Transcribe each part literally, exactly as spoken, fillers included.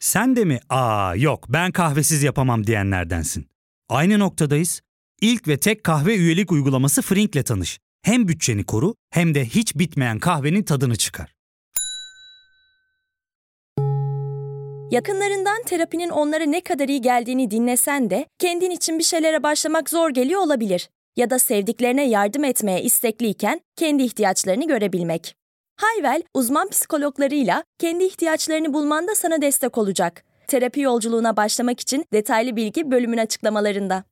Sen de mi "Aa yok ben kahvesiz yapamam" diyenlerdensin? Aynı noktadayız. İlk ve tek kahve üyelik uygulaması Frink'le tanış. Hem bütçeni koru hem de hiç bitmeyen kahvenin tadını çıkar. Yakınlarından terapinin onlara ne kadar iyi geldiğini dinlesen de kendin için bir şeylere başlamak zor geliyor olabilir. Ya da sevdiklerine yardım etmeye istekliyken kendi ihtiyaçlarını görebilmek. Hayvel, uzman psikologlarıyla kendi ihtiyaçlarını bulmanda sana destek olacak. Terapi yolculuğuna başlamak için detaylı bilgi bölümün açıklamalarında.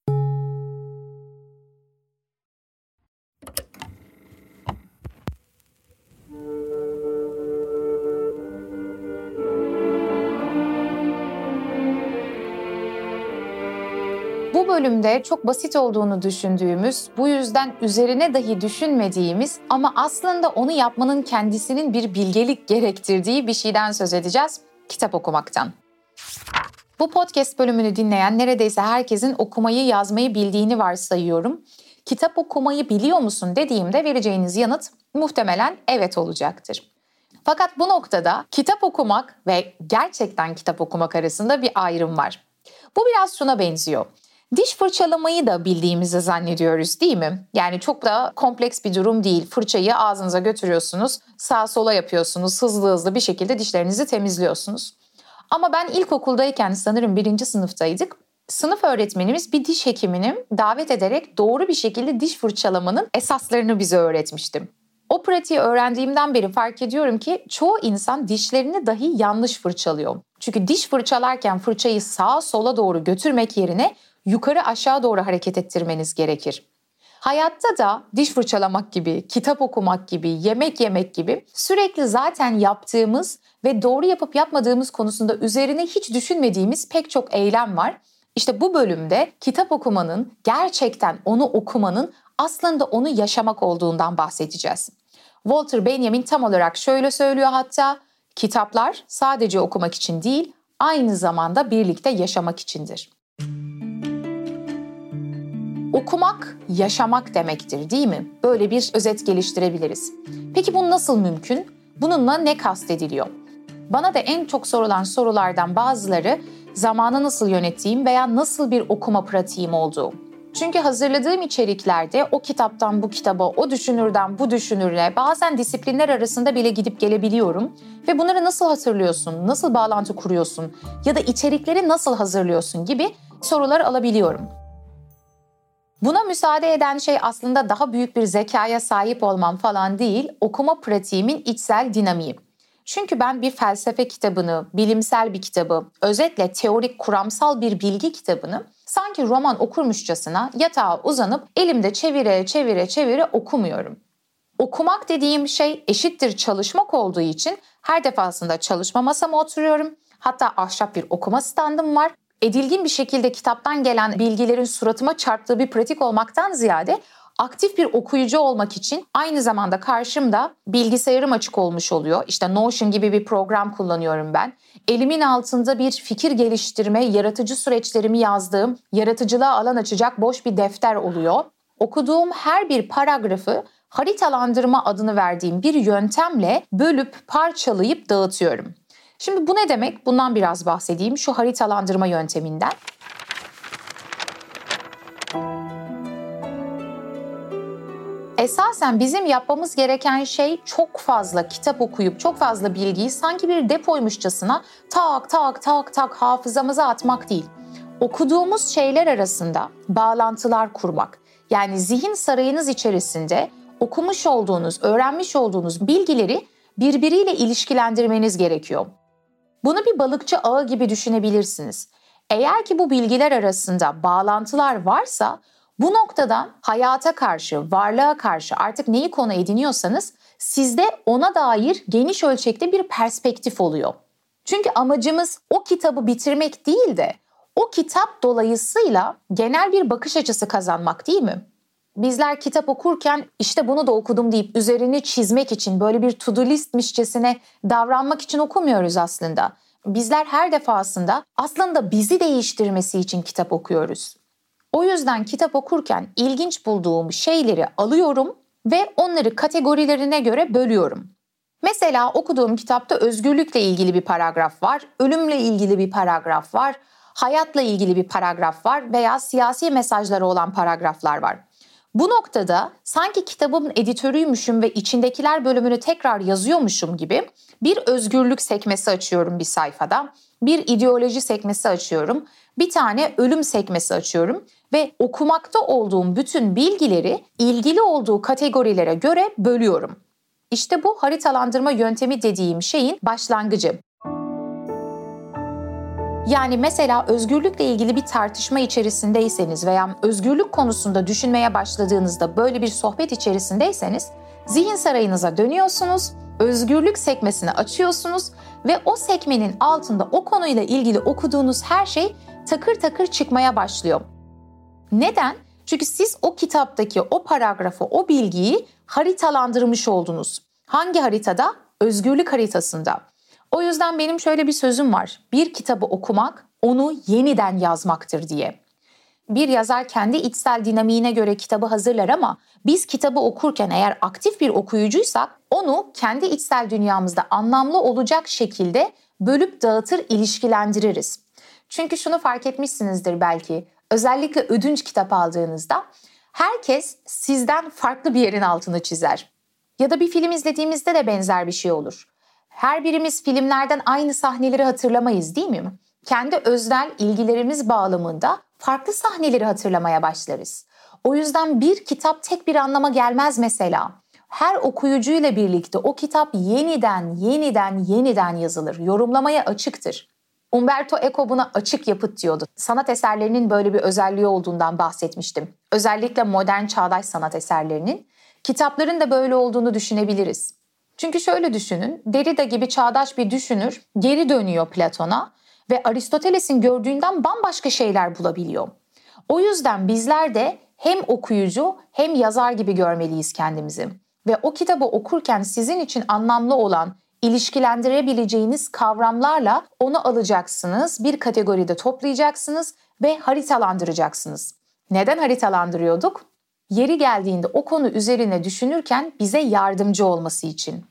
Bu bölümde çok basit olduğunu düşündüğümüz, bu yüzden üzerine dahi düşünmediğimiz ama aslında onu yapmanın kendisinin bir bilgelik gerektirdiği bir şeyden söz edeceğiz, kitap okumaktan. Bu podcast bölümünü dinleyen neredeyse herkesin okumayı, yazmayı bildiğini varsayıyorum. Kitap okumayı biliyor musun dediğimde vereceğiniz yanıt muhtemelen evet olacaktır. Fakat bu noktada kitap okumak ve gerçekten kitap okumak arasında bir ayrım var. Bu biraz şuna benziyor. Diş fırçalamayı da bildiğimizi zannediyoruz değil mi? Yani çok da kompleks bir durum değil. Fırçayı ağzınıza götürüyorsunuz, sağa sola yapıyorsunuz, hızlı hızlı bir şekilde dişlerinizi temizliyorsunuz. Ama ben ilkokuldayken sanırım birinci sınıftaydık. Sınıf öğretmenimiz bir diş hekimini davet ederek doğru bir şekilde diş fırçalamanın esaslarını bize öğretmişti. O pratiği öğrendiğimden beri fark ediyorum ki çoğu insan dişlerini dahi yanlış fırçalıyor. Çünkü diş fırçalarken fırçayı sağa sola doğru götürmek yerine yukarı aşağı doğru hareket ettirmeniz gerekir. Hayatta da diş fırçalamak gibi, kitap okumak gibi, yemek yemek gibi sürekli zaten yaptığımız ve doğru yapıp yapmadığımız konusunda üzerine hiç düşünmediğimiz pek çok eylem var. İşte bu bölümde kitap okumanın, gerçekten onu okumanın aslında onu yaşamak olduğundan bahsedeceğiz. Walter Benjamin tam olarak şöyle söylüyor hatta, kitaplar sadece okumak için değil, aynı zamanda birlikte yaşamak içindir. Okumak, yaşamak demektir değil mi? Böyle bir özet geliştirebiliriz. Peki bu nasıl mümkün? Bununla ne kastediliyor? Bana da en çok sorulan sorulardan bazıları zamanı nasıl yönettiğim veya nasıl bir okuma pratiğim olduğu. Çünkü hazırladığım içeriklerde o kitaptan bu kitaba, o düşünürden bu düşünüre, bazen disiplinler arasında bile gidip gelebiliyorum. Ve bunları nasıl hatırlıyorsun, nasıl bağlantı kuruyorsun ya da içerikleri nasıl hazırlıyorsun gibi sorular alabiliyorum. Buna müsaade eden şey aslında daha büyük bir zekaya sahip olmam falan değil, okuma pratiğimin içsel dinamiği. Çünkü ben bir felsefe kitabını, bilimsel bir kitabı, özetle teorik, kuramsal bir bilgi kitabını sanki roman okurmuşçasına yatağa uzanıp elimde çevire çevire çevire okumuyorum. Okumak dediğim şey eşittir çalışmak olduğu için her defasında çalışma masama oturuyorum. Hatta ahşap bir okuma standım var. Edilgin bir şekilde kitaptan gelen bilgilerin suratıma çarptığı bir pratik olmaktan ziyade aktif bir okuyucu olmak için aynı zamanda karşımda bilgisayarım açık olmuş oluyor. İşte Notion gibi bir program kullanıyorum ben. Elimin altında bir fikir geliştirme, yaratıcı süreçlerimi yazdığım, yaratıcılığa alan açacak boş bir defter oluyor. Okuduğum her bir paragrafı haritalandırma adını verdiğim bir yöntemle bölüp parçalayıp dağıtıyorum. Şimdi bu ne demek? Bundan biraz bahsedeyim. Şu haritalandırma yönteminden. Esasen bizim yapmamız gereken şey çok fazla kitap okuyup çok fazla bilgiyi sanki bir depoymuşçasına tak tak tak tak hafızamıza atmak değil. Okuduğumuz şeyler arasında bağlantılar kurmak. Yani zihin sarayınız içerisinde okumuş olduğunuz, öğrenmiş olduğunuz bilgileri birbiriyle ilişkilendirmeniz gerekiyor. Bunu bir balıkçı ağı gibi düşünebilirsiniz. Eğer ki bu bilgiler arasında bağlantılar varsa bu noktada hayata karşı, varlığa karşı artık neyi konu ediniyorsanız sizde ona dair geniş ölçekte bir perspektif oluyor. Çünkü amacımız o kitabı bitirmek değil de o kitap dolayısıyla genel bir bakış açısı kazanmak değil mi? Bizler kitap okurken işte bunu da okudum deyip üzerini çizmek için böyle bir to-do listmişçesine davranmak için okumuyoruz aslında. Bizler her defasında aslında bizi değiştirmesi için kitap okuyoruz. O yüzden kitap okurken ilginç bulduğum şeyleri alıyorum ve onları kategorilerine göre bölüyorum. Mesela okuduğum kitapta özgürlükle ilgili bir paragraf var, ölümle ilgili bir paragraf var, hayatla ilgili bir paragraf var veya siyasi mesajları olan paragraflar var. Bu noktada sanki kitabın editörüymüşüm ve içindekiler bölümünü tekrar yazıyormuşum gibi bir özgürlük sekmesi açıyorum bir sayfada, bir ideoloji sekmesi açıyorum, bir tane ölüm sekmesi açıyorum ve okumakta olduğum bütün bilgileri ilgili olduğu kategorilere göre bölüyorum. İşte bu haritalandırma yöntemi dediğim şeyin başlangıcı. Yani mesela özgürlükle ilgili bir tartışma içerisindeyseniz veya özgürlük konusunda düşünmeye başladığınızda böyle bir sohbet içerisindeyseniz zihin sarayınıza dönüyorsunuz, özgürlük sekmesini açıyorsunuz ve o sekmenin altında o konuyla ilgili okuduğunuz her şey takır takır çıkmaya başlıyor. Neden? Çünkü siz o kitaptaki o paragrafı, o bilgiyi haritalandırmış oldunuz. Hangi haritada? Özgürlük haritasında. O yüzden benim şöyle bir sözüm var. Bir kitabı okumak, onu yeniden yazmaktır diye. Bir yazar kendi içsel dinamiğine göre kitabı hazırlar ama biz kitabı okurken eğer aktif bir okuyucuysak onu kendi içsel dünyamızda anlamlı olacak şekilde bölüp dağıtır, ilişkilendiririz. Çünkü şunu fark etmişsinizdir belki. Özellikle ödünç kitap aldığınızda herkes sizden farklı bir yerin altını çizer. Ya da bir film izlediğimizde de benzer bir şey olur. Her birimiz filmlerden aynı sahneleri hatırlamayız, değil mi? Kendi öznel ilgilerimiz bağlamında farklı sahneleri hatırlamaya başlarız. O yüzden bir kitap tek bir anlama gelmez mesela. Her okuyucuyla birlikte o kitap yeniden, yeniden, yeniden yazılır. Yorumlamaya açıktır. Umberto Eco buna açık yapıt diyordu. Sanat eserlerinin böyle bir özelliği olduğundan bahsetmiştim. Özellikle modern çağdaş sanat eserlerinin. Kitapların da böyle olduğunu düşünebiliriz. Çünkü şöyle düşünün, Derrida gibi çağdaş bir düşünür geri dönüyor Platon'a ve Aristoteles'in gördüğünden bambaşka şeyler bulabiliyor. O yüzden bizler de hem okuyucu hem yazar gibi görmeliyiz kendimizi. Ve o kitabı okurken sizin için anlamlı olan, ilişkilendirebileceğiniz kavramlarla onu alacaksınız, bir kategoride toplayacaksınız ve haritalandıracaksınız. Neden haritalandırıyorduk? Yeri geldiğinde o konu üzerine düşünürken bize yardımcı olması için.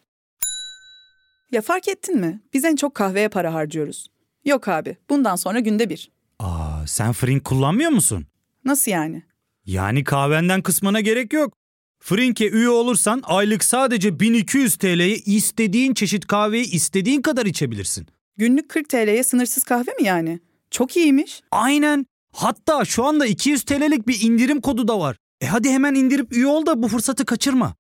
Ya fark ettin mi? Biz en çok kahveye para harcıyoruz. Yok abi, bundan sonra günde bir. Aa, sen Frink kullanmıyor musun? Nasıl yani? Yani kahvenden kısmına gerek yok. Frink'e üye olursan aylık sadece bin iki yüz T L'ye istediğin çeşit kahveyi istediğin kadar içebilirsin. Günlük kırk T L'ye sınırsız kahve mi yani? Çok iyiymiş. Aynen. Hatta şu anda iki yüz T L'lik bir indirim kodu da var. E hadi hemen indirip üye ol da bu fırsatı kaçırma.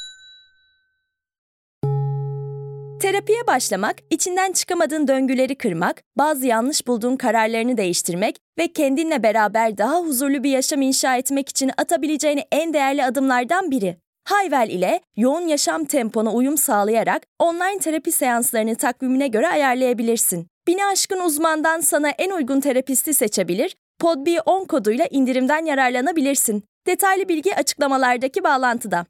Terapiye başlamak, içinden çıkamadığın döngüleri kırmak, bazı yanlış bulduğun kararlarını değiştirmek ve kendinle beraber daha huzurlu bir yaşam inşa etmek için atabileceğin en değerli adımlardan biri. Hayvel ile yoğun yaşam tempona uyum sağlayarak online terapi seanslarını takvimine göre ayarlayabilirsin. Bini aşkın uzmandan sana en uygun terapisti seçebilir, Podb on koduyla indirimden yararlanabilirsin. Detaylı bilgi açıklamalardaki bağlantıda.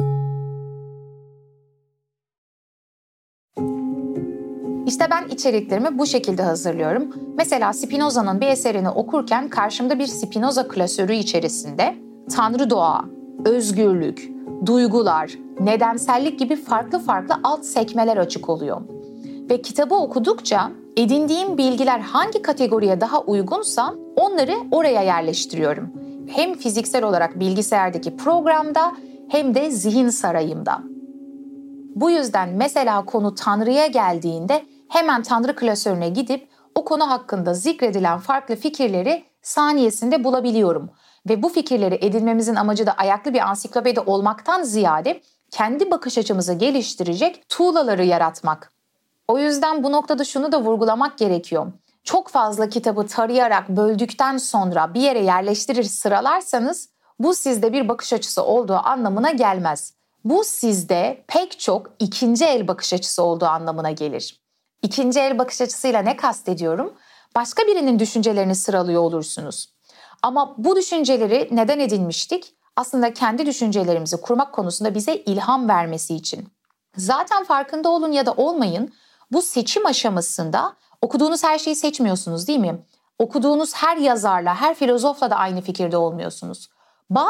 İşte ben içeriklerimi bu şekilde hazırlıyorum. Mesela Spinoza'nın bir eserini okurken karşımda bir Spinoza klasörü içerisinde Tanrı doğa, özgürlük, duygular, nedensellik gibi farklı farklı alt sekmeler açık oluyor. Ve kitabı okudukça edindiğim bilgiler hangi kategoriye daha uygunsa onları oraya yerleştiriyorum. Hem fiziksel olarak bilgisayardaki programda hem de zihin sarayımda. Bu yüzden mesela konu Tanrı'ya geldiğinde hemen Tanrı klasörüne gidip o konu hakkında zikredilen farklı fikirleri saniyesinde bulabiliyorum. Ve bu fikirleri edinmemizin amacı da ayaklı bir ansiklopedi olmaktan ziyade kendi bakış açımızı geliştirecek tuğlaları yaratmak. O yüzden bu noktada şunu da vurgulamak gerekiyor. Çok fazla kitabı tarayarak böldükten sonra bir yere yerleştirir sıralarsanız bu sizde bir bakış açısı olduğu anlamına gelmez. Bu sizde pek çok ikinci el bakış açısı olduğu anlamına gelir. İkinci el bakış açısıyla ne kastediyorum? Başka birinin düşüncelerini sıralıyor olursunuz. Ama bu düşünceleri neden edinmiştik? Aslında kendi düşüncelerimizi kurmak konusunda bize ilham vermesi için. Zaten farkında olun ya da olmayın, bu seçim aşamasında okuduğunuz her şeyi seçmiyorsunuz, değil mi? Okuduğunuz her yazarla, her filozofla da aynı fikirde olmuyorsunuz.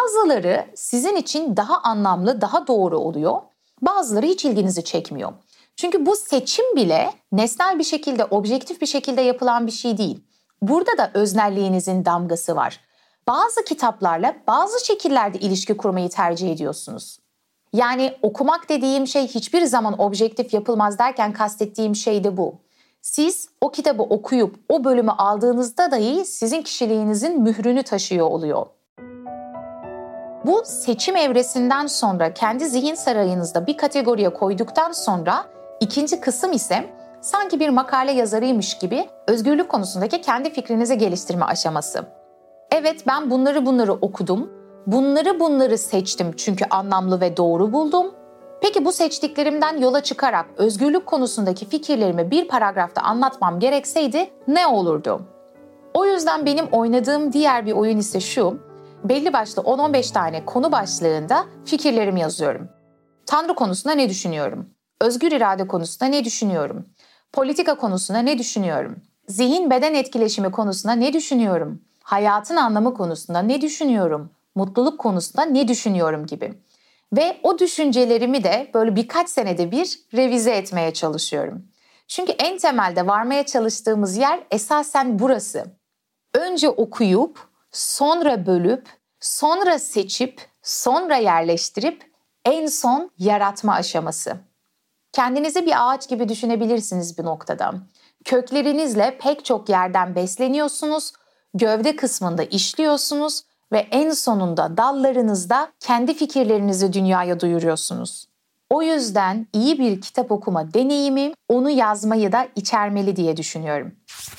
Bazıları sizin için daha anlamlı, daha doğru oluyor. Bazıları hiç ilginizi çekmiyor. Çünkü bu seçim bile nesnel bir şekilde, objektif bir şekilde yapılan bir şey değil. Burada da öznelliğinizin damgası var. Bazı kitaplarla bazı şekillerde ilişki kurmayı tercih ediyorsunuz. Yani okumak dediğim şey hiçbir zaman objektif yapılmaz derken kastettiğim şey de bu. Siz o kitabı okuyup o bölümü aldığınızda dahi sizin kişiliğinizin mührünü taşıyor oluyor. Bu seçim evresinden sonra kendi zihin sarayınızda bir kategoriye koyduktan sonra ikinci kısım ise sanki bir makale yazarıymış gibi özgürlük konusundaki kendi fikrinizi geliştirme aşaması. Evet, ben bunları bunları okudum, bunları bunları seçtim çünkü anlamlı ve doğru buldum. Peki bu seçtiklerimden yola çıkarak özgürlük konusundaki fikirlerimi bir paragrafta anlatmam gerekseydi ne olurdu? O yüzden benim oynadığım diğer bir oyun ise şu, belli başlı on on beş tane konu başlığında fikirlerimi yazıyorum. Tanrı konusunda ne düşünüyorum? Özgür irade konusunda ne düşünüyorum? Politika konusunda ne düşünüyorum? Zihin beden etkileşimi konusunda ne düşünüyorum? Hayatın anlamı konusunda ne düşünüyorum? Mutluluk konusunda ne düşünüyorum gibi. Ve o düşüncelerimi de böyle birkaç senede bir revize etmeye çalışıyorum. Çünkü en temelde varmaya çalıştığımız yer esasen burası. Önce okuyup, sonra bölüp, sonra seçip, sonra yerleştirip en son yaratma aşaması. Kendinizi bir ağaç gibi düşünebilirsiniz bir noktada. Köklerinizle pek çok yerden besleniyorsunuz, gövde kısmında işliyorsunuz ve en sonunda dallarınızda kendi fikirlerinizi dünyaya duyuruyorsunuz. O yüzden iyi bir kitap okuma deneyimi onu yazmayı da içermeli diye düşünüyorum.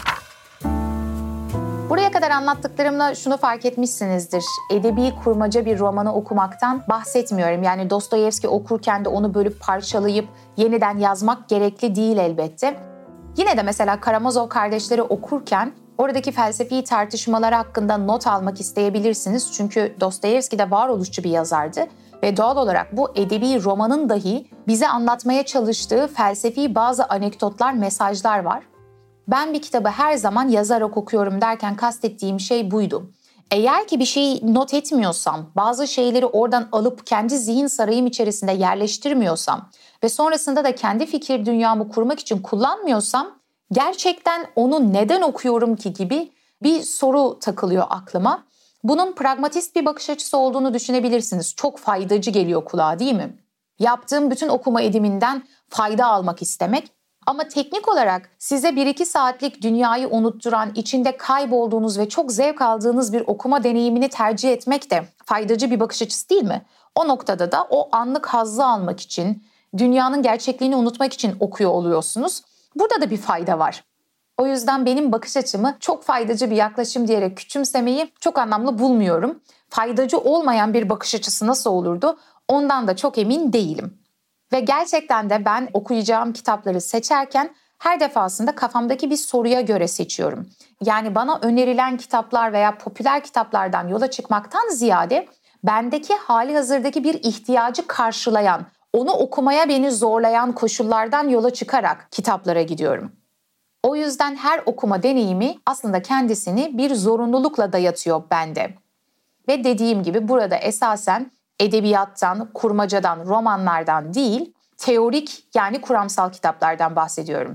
Buraya kadar anlattıklarımla şunu fark etmişsinizdir. Edebi kurmaca bir romanı okumaktan bahsetmiyorum. Yani Dostoyevski okurken de onu bölüp parçalayıp yeniden yazmak gerekli değil elbette. Yine de mesela Karamazov kardeşleri okurken oradaki felsefi tartışmalar hakkında not almak isteyebilirsiniz. Çünkü Dostoyevski de varoluşçu bir yazardı. Ve doğal olarak bu edebi romanın dahi bize anlatmaya çalıştığı felsefi bazı anekdotlar, mesajlar var. Ben bir kitabı her zaman yazarak okuyorum derken kastettiğim şey buydu. Eğer ki bir şeyi not etmiyorsam, bazı şeyleri oradan alıp kendi zihin sarayım içerisinde yerleştirmiyorsam ve sonrasında da kendi fikir dünyamı kurmak için kullanmıyorsam, gerçekten onu neden okuyorum ki gibi bir soru takılıyor aklıma. Bunun pragmatist bir bakış açısı olduğunu düşünebilirsiniz. Çok faydacı geliyor kulağa, değil mi? Yaptığım bütün okuma ediminden fayda almak istemek. Ama teknik olarak size bir iki saatlik dünyayı unutturan, içinde kaybolduğunuz ve çok zevk aldığınız bir okuma deneyimini tercih etmek de faydacı bir bakış açısı değil mi? O noktada da o anlık hazzı almak için, dünyanın gerçekliğini unutmak için okuyor oluyorsunuz. Burada da bir fayda var. O yüzden benim bakış açımı çok faydacı bir yaklaşım diyerek küçümsemeyi çok anlamlı bulmuyorum. Faydacı olmayan bir bakış açısı nasıl olurdu? Ondan da çok emin değilim. Ve gerçekten de ben okuyacağım kitapları seçerken her defasında kafamdaki bir soruya göre seçiyorum. Yani bana önerilen kitaplar veya popüler kitaplardan yola çıkmaktan ziyade bendeki hali hazırdaki bir ihtiyacı karşılayan, onu okumaya beni zorlayan koşullardan yola çıkarak kitaplara gidiyorum. O yüzden her okuma deneyimi aslında kendisini bir zorunlulukla dayatıyor bende. Ve dediğim gibi burada esasen edebiyattan, kurmacadan, romanlardan değil, teorik yani kuramsal kitaplardan bahsediyorum.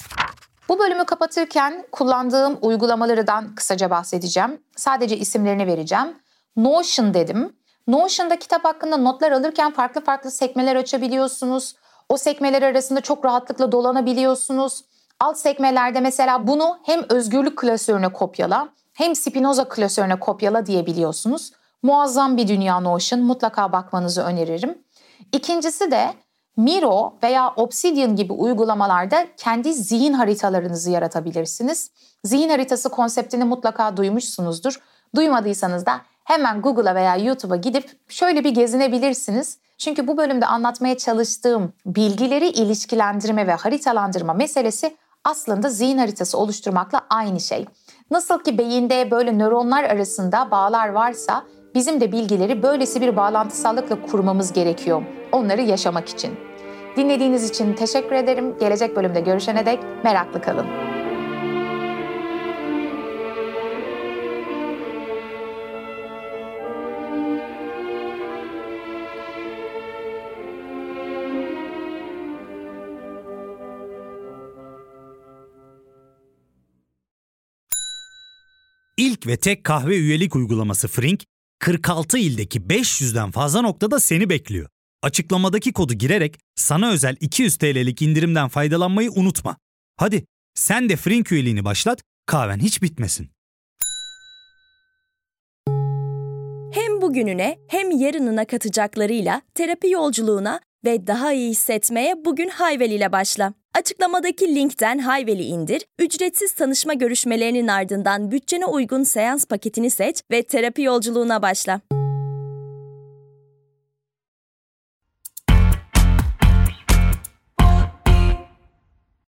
Bu bölümü kapatırken kullandığım uygulamalardan kısaca bahsedeceğim. Sadece isimlerini vereceğim. Notion dedim. Notion'da kitap hakkında notlar alırken farklı farklı sekmeler açabiliyorsunuz. O sekmeler arasında çok rahatlıkla dolanabiliyorsunuz. Alt sekmelerde mesela bunu hem özgürlük klasörüne kopyala hem Spinoza klasörüne kopyala diyebiliyorsunuz. Muazzam bir dünya Notion, mutlaka bakmanızı öneririm. İkincisi de Miro veya Obsidian gibi uygulamalarda kendi zihin haritalarınızı yaratabilirsiniz. Zihin haritası konseptini mutlaka duymuşsunuzdur. Duymadıysanız da hemen Google'a veya YouTube'a gidip şöyle bir gezinebilirsiniz. Çünkü bu bölümde anlatmaya çalıştığım bilgileri ilişkilendirme ve haritalandırma meselesi aslında zihin haritası oluşturmakla aynı şey. Nasıl ki beyinde böyle nöronlar arasında bağlar varsa bizim de bilgileri böylesi bir bağlantısallıkla kurmamız gerekiyor onları yaşamak için. Dinlediğiniz için teşekkür ederim. Gelecek bölümde görüşene dek meraklı kalın. İlk ve tek kahve üyelik uygulaması Frink, kırk altı ildeki beş yüzden fazla noktada seni bekliyor. Açıklamadaki kodu girerek sana özel iki yüz T L'lik indirimden faydalanmayı unutma. Hadi sen de Frink üyeliğini başlat, kahven hiç bitmesin. Hem bugününe hem yarınına katacaklarıyla terapi yolculuğuna ve daha iyi hissetmeye bugün Hayvel ile başla. Açıklamadaki linkten Hayvel'i indir, ücretsiz tanışma görüşmelerinin ardından bütçene uygun seans paketini seç ve terapi yolculuğuna başla.